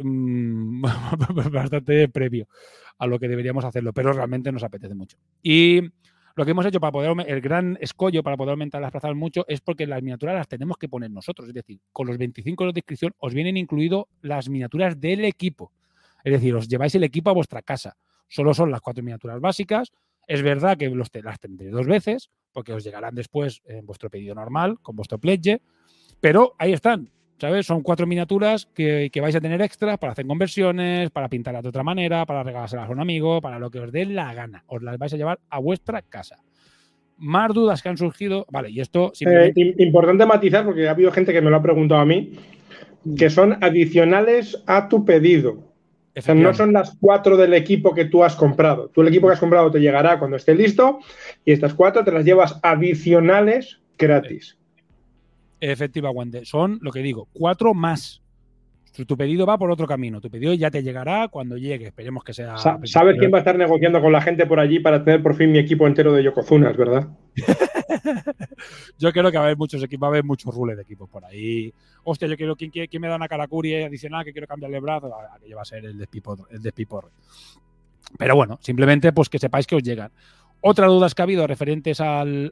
bastante previo a lo que deberíamos hacerlo, pero realmente nos apetece mucho. Y Lo que hemos hecho para poder, el gran escollo para poder aumentar las plazas mucho es porque las miniaturas las tenemos que poner nosotros. Es decir, con los 25 euros de inscripción os vienen incluidos las miniaturas del equipo. Es decir, os lleváis el equipo a vuestra casa. Solo son las 4 miniaturas básicas. Es verdad que las tendréis 2 veces, porque os llegarán después en vuestro pedido normal, con vuestro pledge, pero ahí están, ¿sabes? Son 4 miniaturas que vais a tener extras para hacer conversiones, para pintarlas de otra manera, para regalárselas a un amigo, para lo que os dé la gana. Os las vais a llevar a vuestra casa. Más dudas que han surgido, vale, y esto simplemente... Importante matizar, porque ha habido gente que me lo ha preguntado a mí, que son adicionales a tu pedido. O sea, no son las 4 del equipo que tú has comprado. Tú el equipo que has comprado te llegará cuando esté listo y estas 4 te las llevas adicionales gratis. Efectivamente, son, lo que digo, 4 más. Tu pedido va por otro camino. Tu pedido ya te llegará cuando llegue. Esperemos que sea... ¿Sabes quién va a estar negociando con la gente por allí para tener por fin mi equipo entero de Yokozunas, verdad? Yo creo que va a haber muchos equipos, va a haber muchos rules de equipos por ahí. Hostia, yo quiero, ¿quién me da una Karakuri adicional que quiero cambiarle el brazo? Aquello va a ser el despiporre. Pero bueno, simplemente pues que sepáis que os llegan. Otra duda que ha habido referentes al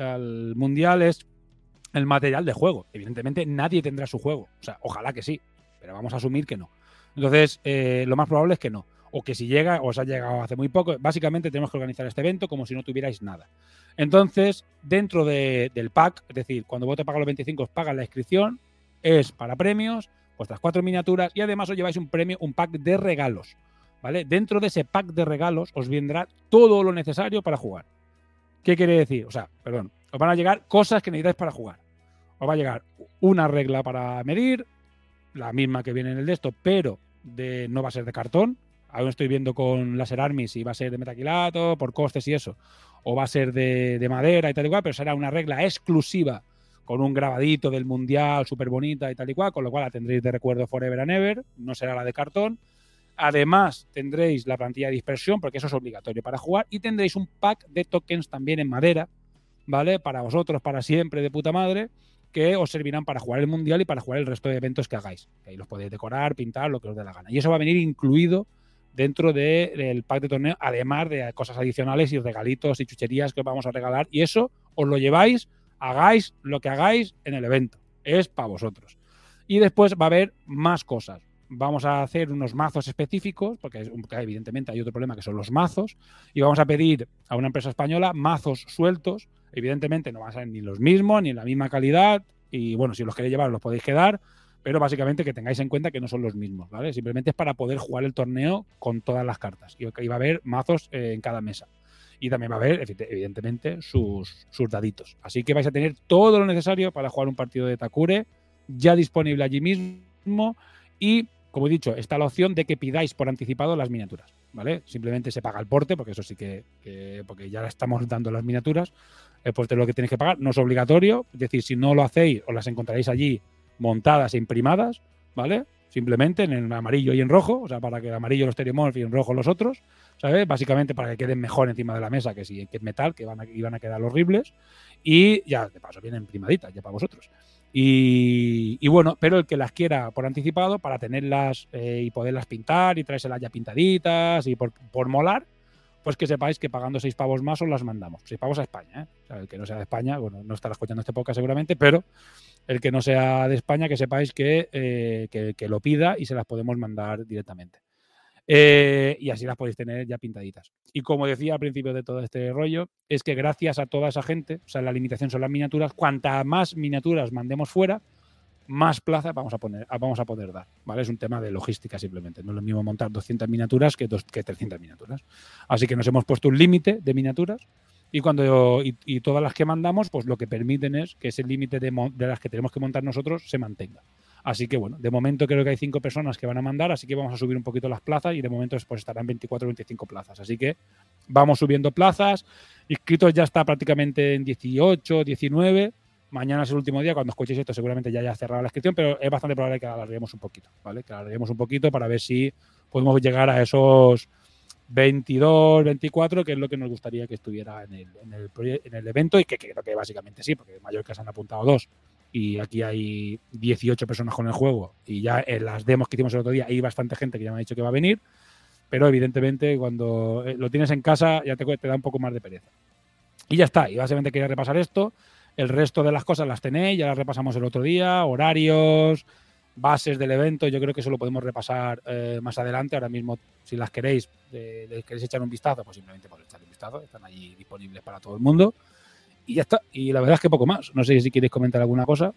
Mundial es el material de juego. Evidentemente nadie tendrá su juego. O sea, ojalá que sí, pero vamos a asumir que no. Entonces, lo más probable es que no. O que si llega, os ha llegado hace muy poco. Básicamente tenemos que organizar este evento como si no tuvierais nada. Entonces, dentro del pack, es decir, cuando vos te pagas los 25, os pagan la inscripción, es para premios, vuestras 4 miniaturas y además os lleváis un pack de regalos. ¿Vale? Dentro de ese pack de regalos os vendrá todo lo necesario para jugar. ¿Qué quiere decir? O sea, perdón, os van a llegar cosas que necesitáis para jugar. Os va a llegar una regla para medir, la misma que viene en el de esto, pero no va a ser de cartón. Aún estoy viendo con Laser Army si va a ser de metaquilato, por costes y eso, o va a ser de madera y tal y cual, pero será una regla exclusiva con un grabadito del Mundial súper bonita y tal y cual, con lo cual la tendréis de recuerdo forever and ever, no será la de cartón. Además, tendréis la plantilla de dispersión, porque eso es obligatorio para jugar, y tendréis un pack de tokens también en madera, ¿vale? Para vosotros, para siempre, de puta madre, que os servirán para jugar el Mundial y para jugar el resto de eventos que hagáis. Que ahí los podéis decorar, pintar, lo que os dé la gana. Y eso va a venir incluido dentro del pack de torneo, además de cosas adicionales y regalitos y chucherías que os vamos a regalar. Y eso os lo lleváis, hagáis lo que hagáis en el evento. Es para vosotros. Y después va a haber más cosas. Vamos a hacer unos mazos específicos, porque evidentemente hay otro problema que son los mazos, y vamos a pedir a una empresa española mazos sueltos. Evidentemente no van a ser ni los mismos, ni en la misma calidad, y bueno, si los queréis llevar los podéis quedar, pero básicamente que tengáis en cuenta que no son los mismos, ¿vale? Simplemente es para poder jugar el torneo con todas las cartas, y va a haber mazos en cada mesa. Y también va a haber, evidentemente, sus daditos. Así que vais a tener todo lo necesario para jugar un partido de Takure, ya disponible allí mismo, y como he dicho, está la opción de que pidáis por anticipado las miniaturas, ¿vale? Simplemente se paga el porte, porque eso sí porque ya estamos dando las miniaturas. El porte es lo que tenéis que pagar, no es obligatorio. Es decir, si no lo hacéis, os las encontraréis allí montadas e imprimadas, ¿vale? Simplemente en amarillo y en rojo, o sea, para que el amarillo los Stereomorph y en rojo los otros, ¿sabes? Básicamente para que queden mejor encima de la mesa que si es metal, que iban a quedar horribles. Y ya, de paso, vienen imprimaditas ya para vosotros. Y bueno, pero el que las quiera por anticipado para tenerlas y poderlas pintar y traérselas ya pintaditas y por molar, pues que sepáis que pagando 6 pavos más os las mandamos. 6 pavos a España, ¿eh? O sea, el que no sea de España, bueno, no estará escuchando este podcast seguramente, pero el que no sea de España, que sepáis que lo pida y se las podemos mandar directamente. Y así las podéis tener ya pintaditas. Y como decía al principio de todo este rollo, es que gracias a toda esa gente, o sea, la limitación son las miniaturas, cuanta más miniaturas mandemos fuera, más plazas vamos a poder dar, ¿vale? Es un tema de logística simplemente. No es lo mismo montar 200 miniaturas que 300 miniaturas. Así que nos hemos puesto un límite de miniaturas y todas las que mandamos, pues lo que permiten es que ese límite de las que tenemos que montar nosotros se mantenga. Así que bueno, de momento creo que hay 5 personas que van a mandar, así que vamos a subir un poquito las plazas y de momento pues estarán 24 o 25 plazas. Así que vamos subiendo plazas. Inscritos ya está prácticamente en 18, 19. Mañana es el último día, cuando escuchéis esto seguramente ya haya cerrado la inscripción, pero es bastante probable que alarguemos un poquito, ¿vale? Que alarguemos un poquito para ver si podemos llegar a esos 22, 24, que es lo que nos gustaría que estuviera en el evento y que creo que básicamente sí, porque en Mallorca se han apuntado 2 y aquí hay 18 personas con el juego y ya en las demos que hicimos el otro día hay bastante gente que ya me ha dicho que va a venir, pero evidentemente cuando lo tienes en casa ya te da un poco más de pereza. Y ya está. Y básicamente quería repasar esto. El resto de las cosas las tenéis, ya las repasamos el otro día. Horarios, bases del evento, yo creo que eso lo podemos repasar más adelante. Ahora mismo, si las queréis, queréis echar un vistazo, pues simplemente por echar un vistazo. Están allí disponibles para todo el mundo. Y ya está. Y la verdad es que poco más. No sé si queréis comentar alguna cosa.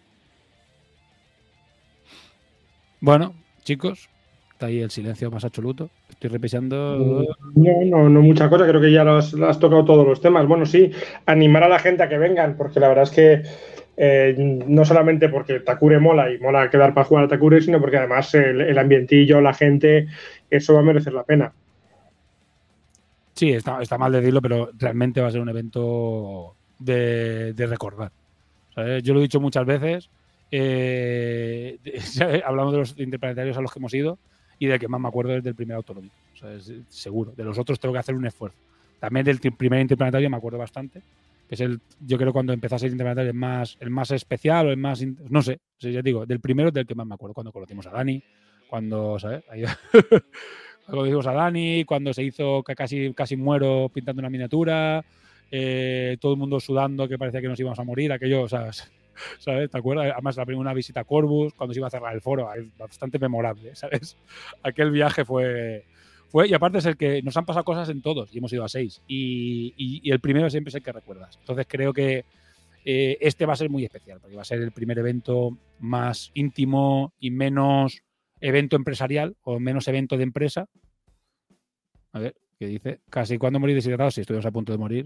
Bueno, chicos, está ahí el silencio más absoluto. Estoy repasando. No mucha cosa. Creo que ya lo has tocado todos los temas. Bueno, sí, animar a la gente a que vengan, porque la verdad es que no solamente porque Takure mola y mola quedar para jugar a Takure, sino porque además el ambientillo, la gente, eso va a merecer la pena. Sí, está mal decirlo, pero realmente va a ser un evento de recordar. ¿Sabes? Yo lo he dicho muchas veces. Hablamos de los interplanetarios a los que hemos ido y del que más me acuerdo es del primer autonómico. O sea, seguro. De los otros tengo que hacer un esfuerzo. También del primer interplanetario me acuerdo bastante. Que es yo creo cuando empezó a ser interplanetario el más especial o el más... No sé. O sea, ya digo, del primero es del que más me acuerdo. Cuando conocimos a Dani, cuando, ¿sabes? Cuando conocimos a Dani, cuando se hizo que casi muero pintando una miniatura, todo el mundo sudando que parecía que nos íbamos a morir, aquello, o sea, ¿sabes? ¿Te acuerdas? Además, una visita a Corvus, cuando se iba a cerrar el foro, es bastante memorable, ¿sabes? Aquel viaje fue... Y aparte es el que nos han pasado cosas en todos, y hemos ido a 6, y el primero siempre es el que recuerdas. Entonces creo que este va a ser muy especial, porque va a ser el primer evento más íntimo y menos evento empresarial, o menos evento de empresa. A ver, ¿qué dice? Casi cuando morir deshidratado, si estuvimos a punto de morir.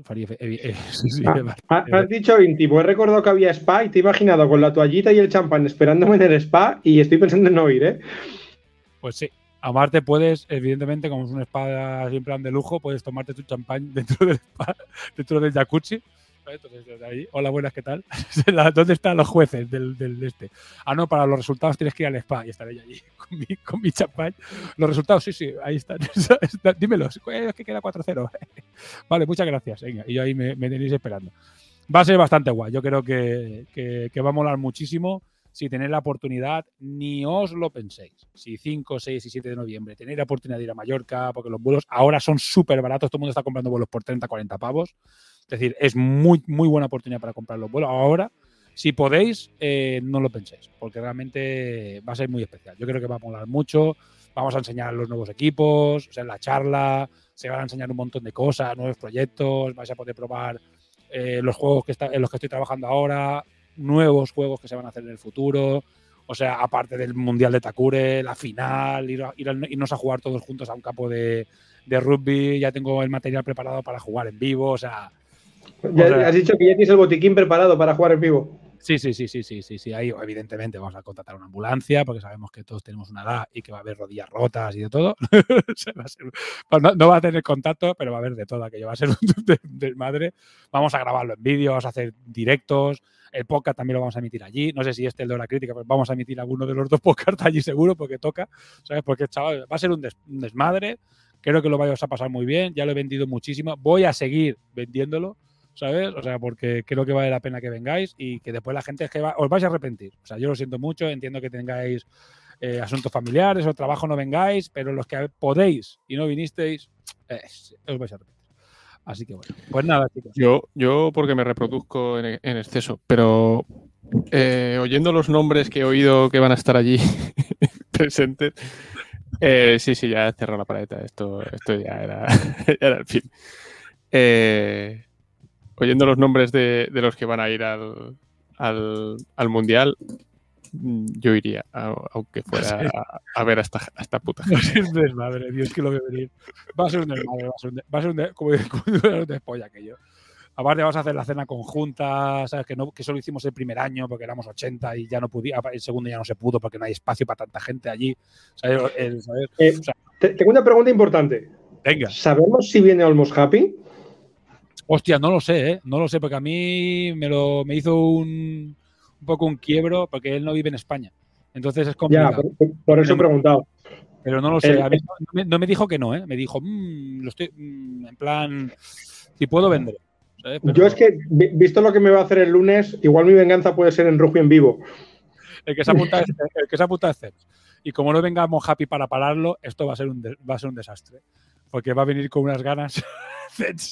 Has dicho íntimo, he recordado que había spa y te he imaginado con la toallita y el champán esperándome en el spa y estoy pensando en no ir, ¿eh? Pues sí. Aparte puedes, evidentemente, como es un spa en plan de lujo, puedes tomarte tu champán dentro del spa, dentro del jacuzzi. Entonces, desde ahí, hola, buenas, ¿qué tal? ¿Dónde están los jueces del este? Ah, no, para los resultados tienes que ir al spa y estaré yo allí con mi champán. Los resultados, sí, ahí están. Dímelos, es que queda 4-0. Vale, muchas gracias. Venga, y yo ahí me tenéis esperando. Va a ser bastante guay. Yo creo que va a molar muchísimo. Si tenéis la oportunidad, ni os lo penséis. Si 5, 6 y 7 de noviembre tenéis la oportunidad de ir a Mallorca, porque los vuelos ahora son súper baratos, todo el mundo está comprando vuelos por 30, 40 pavos. Es decir, es muy, muy buena oportunidad para comprar los vuelos. Ahora, si podéis, no lo penséis, porque realmente va a ser muy especial. Yo creo que va a molar mucho. Vamos a enseñar los nuevos equipos, o sea, en la charla se van a enseñar un montón de cosas, nuevos proyectos, vais a poder probar los juegos en los que estoy trabajando ahora, nuevos juegos que se van a hacer en el futuro, o sea, aparte del Mundial de Takure, la final, irnos a jugar todos juntos a un campo de rugby, ya tengo el material preparado para jugar en vivo, o sea... Has dicho que ya tienes el botiquín preparado para jugar en vivo. Sí. Ahí, evidentemente, vamos a contratar una ambulancia porque sabemos que todos tenemos una edad y que va a haber rodillas rotas y de todo. No va a tener contacto, pero va a haber de todo. Aquello va a ser un desmadre. Vamos a grabarlo en vídeo, vamos a hacer directos. El podcast también lo vamos a emitir allí. No sé si el de la crítica, pero vamos a emitir alguno de los dos podcasts allí seguro porque toca. ¿Sabes? Porque, chaval, va a ser un desmadre. Creo que lo vais a pasar muy bien. Ya lo he vendido muchísimo. Voy a seguir vendiéndolo. ¿Sabes? O sea, porque creo que vale la pena que vengáis y que después la gente es que os vais a arrepentir. O sea, yo lo siento mucho, entiendo que tengáis asuntos familiares o trabajo, no vengáis, pero los que podéis y no vinisteis, os vais a arrepentir. Así que bueno, pues nada, chicos. Yo porque me reproduzco en exceso, pero oyendo los nombres que he oído que van a estar allí presentes, sí, ya he cerrado la paleta. Esto ya era el fin. Oyendo los nombres de los que van a ir al Mundial, yo iría, aunque fuera a ver a esta puta gente. Va a ser un desmadre, Dios, que lo voy a venir. Va a ser un desmadre, va a ser un despolla aquello. Aparte vas a hacer la cena conjunta, ¿sabes? Que solo hicimos el primer año porque éramos 80 y ya no podía, el segundo ya no se pudo porque no hay espacio para tanta gente allí. ¿Sabes? O sea, tengo una pregunta importante. Venga. ¿Sabemos si viene Almost Happy? Hostia, no lo sé, porque a mí me hizo un poco un quiebro porque él no vive en España. Entonces es complicado. Ya, por eso he preguntado. Pero no lo sé. A mí no me dijo que no, ¿eh? Me dijo, lo estoy en plan, si puedo vender. ¿Sabes? Pero... Yo es que, visto lo que me va a hacer el lunes, igual mi venganza puede ser en rugby en vivo. El que se apunta es Ceps. Y como no vengamos Happy para pararlo, esto va a ser un desastre. Porque va a venir con unas ganas Ceps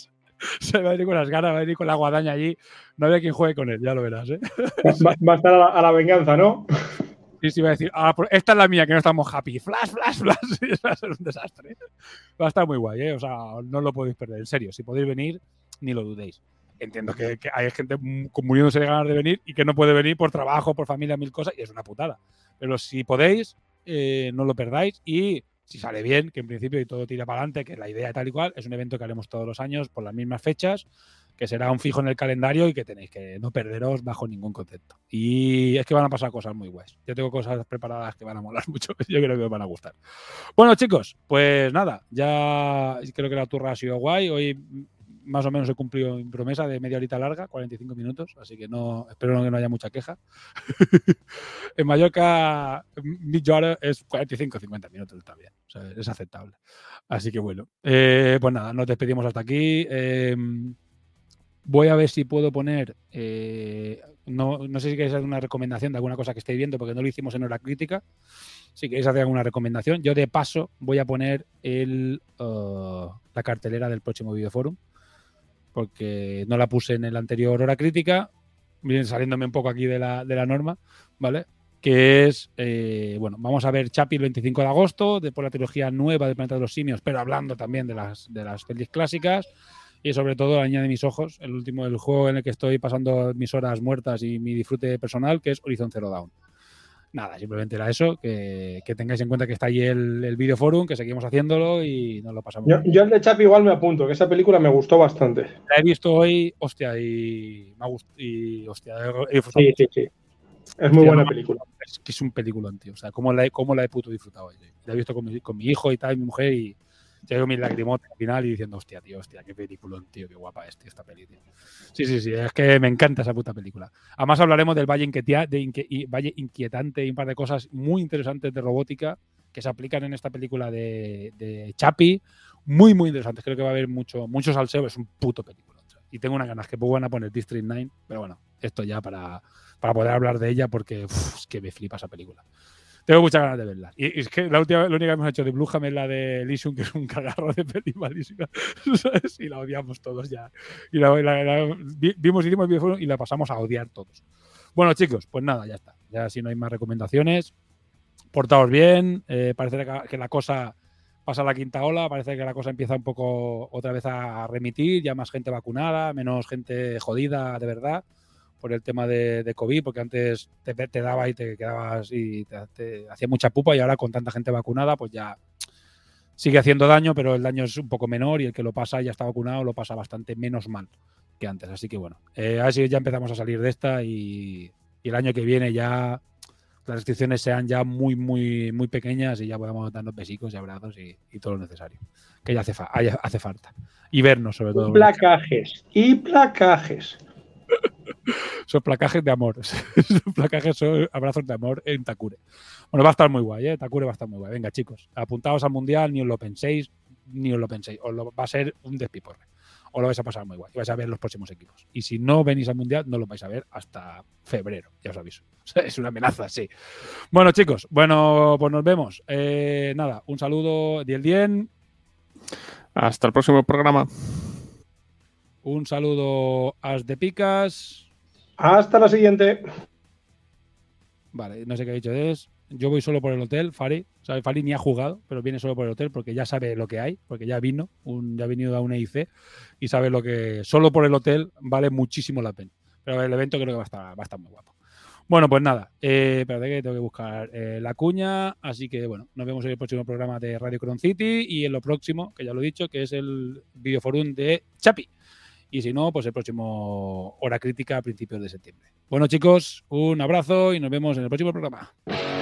Se va a venir con las ganas, va a venir con la guadaña allí. No había quien juegue con él, ya lo verás, ¿eh? Va a estar a la venganza, ¿no? Sí, va a decir, pues esta es la mía, que no estamos happy. Flash, flash, flash. Y va a ser un desastre. Va a estar muy guay, ¿eh? O sea, no lo podéis perder. En serio, si podéis venir, ni lo dudéis. Entiendo que hay gente muriéndose de ganas de venir y que no puede venir por trabajo, por familia, mil cosas, y es una putada. Pero si podéis, no lo perdáis. Y si sale bien, que en principio y todo tira para adelante, que la idea tal y cual, es un evento que haremos todos los años por las mismas fechas, que será un fijo en el calendario y que tenéis que no perderos bajo ningún concepto. Y es que van a pasar cosas muy guays. Yo tengo cosas preparadas que van a molar mucho. Yo creo que os van a gustar. Bueno, chicos, pues nada, ya creo que la turra ha sido guay. Hoy más o menos he cumplido mi promesa de media horita larga, 45 minutos, así que no espero que no haya mucha queja. En Mallorca, media hora es 45-50 minutos también, o sea, es aceptable. Así que bueno, pues nada, nos despedimos hasta aquí. Voy a ver si puedo poner, no sé si queréis hacer una recomendación de alguna cosa que estéis viendo, porque no lo hicimos en hora crítica. Si queréis hacer alguna recomendación, yo de paso voy a poner la cartelera del próximo Videoforum, porque no la puse en el anterior hora crítica, viene saliéndome un poco aquí de la norma, ¿vale? Que es, bueno, vamos a ver Chappie el 25 de agosto, después la trilogía nueva de Planeta de los Simios, pero hablando también de las pelis clásicas, y sobre todo La Niña de mis ojos, el juego en el que estoy pasando mis horas muertas y mi disfrute personal, que es Horizon Zero Dawn. Nada, simplemente era eso, que tengáis en cuenta que está ahí el Videoforum, que seguimos haciéndolo y nos lo pasamos. Yo el de Chappie igual me apunto, que esa película me gustó bastante. La he visto hoy, hostia, y me ha gustado. Y hostia, sí. Es muy buena película. Es que es un peliculón, tío. O sea, cómo la he puto disfrutado hoy. La he visto con mi hijo y tal, mi mujer, y llego mis lagrimotas al final y diciendo, hostia, qué peliculón, tío, qué guapa es, tío, esta peli, tío. Sí, es que me encanta esa puta película. Además hablaremos del Valle Inquietante y un par de cosas muy interesantes de robótica que se aplican en esta película de Chappie. Muy, muy interesantes. Creo que va a haber mucho salseo. Es un puto película. Y tengo unas ganas que van a poner District 9, pero bueno, esto ya para poder hablar de ella, porque es que me flipa esa película. Tengo muchas ganas de verla. Y es que la única que hemos hecho de Blumhouse es la de Elysium, que es un cagarro de peli malísima, ¿sabes? Y la odiamos todos ya. Y hicimos el videojuego y la pasamos a odiar todos. Bueno, chicos, pues nada, ya está. Ya si no hay más recomendaciones, portaos bien. Parece que la cosa pasa la quinta ola, parece que la cosa empieza un poco otra vez a remitir, ya más gente vacunada, menos gente jodida de verdad por el tema de COVID, porque antes te daba y te quedabas y te hacía mucha pupa, y ahora con tanta gente vacunada pues ya sigue haciendo daño, pero el daño es un poco menor y el que lo pasa y ya está vacunado lo pasa bastante menos mal que antes. Así que bueno, a ver si ya empezamos a salir de esta y el año que viene ya las restricciones sean ya muy, muy, muy pequeñas y ya podamos darnos besicos y abrazos y todo lo necesario, que ya hace falta. Y vernos sobre todo. Y placajes. Son placajes de amor. Son abrazos de amor en Takure. Bueno, va a estar muy guay, ¿eh? Takure va a estar muy guay. Venga, chicos, apuntaos al Mundial, ni os lo penséis. Va a ser un despiporre. Os lo vais a pasar muy guay. Y vais a ver los próximos equipos. Y si no venís al Mundial, no lo vais a ver hasta febrero. Ya os aviso. Es una amenaza, sí. Bueno, chicos, pues nos vemos. Nada, un saludo, Dien. Hasta el próximo programa. Un saludo, As de Picas. Hasta la siguiente. Vale, no sé qué ha dicho. Yo voy solo por el hotel, Fari. O sea, Fari ni ha jugado, pero viene solo por el hotel porque ya sabe lo que hay, porque ya ha venido a una EIC y sabe lo que solo por el hotel vale muchísimo la pena. Pero el evento creo que va a estar muy guapo. Bueno, pues nada, espérate que tengo que buscar la cuña, así que bueno, nos vemos en el próximo programa de Radio Cron City y en lo próximo, que ya lo he dicho, que es el Videoforum de Chappie. Y si no, pues el próximo Hora Crítica a principios de septiembre. Bueno, chicos, un abrazo y nos vemos en el próximo programa.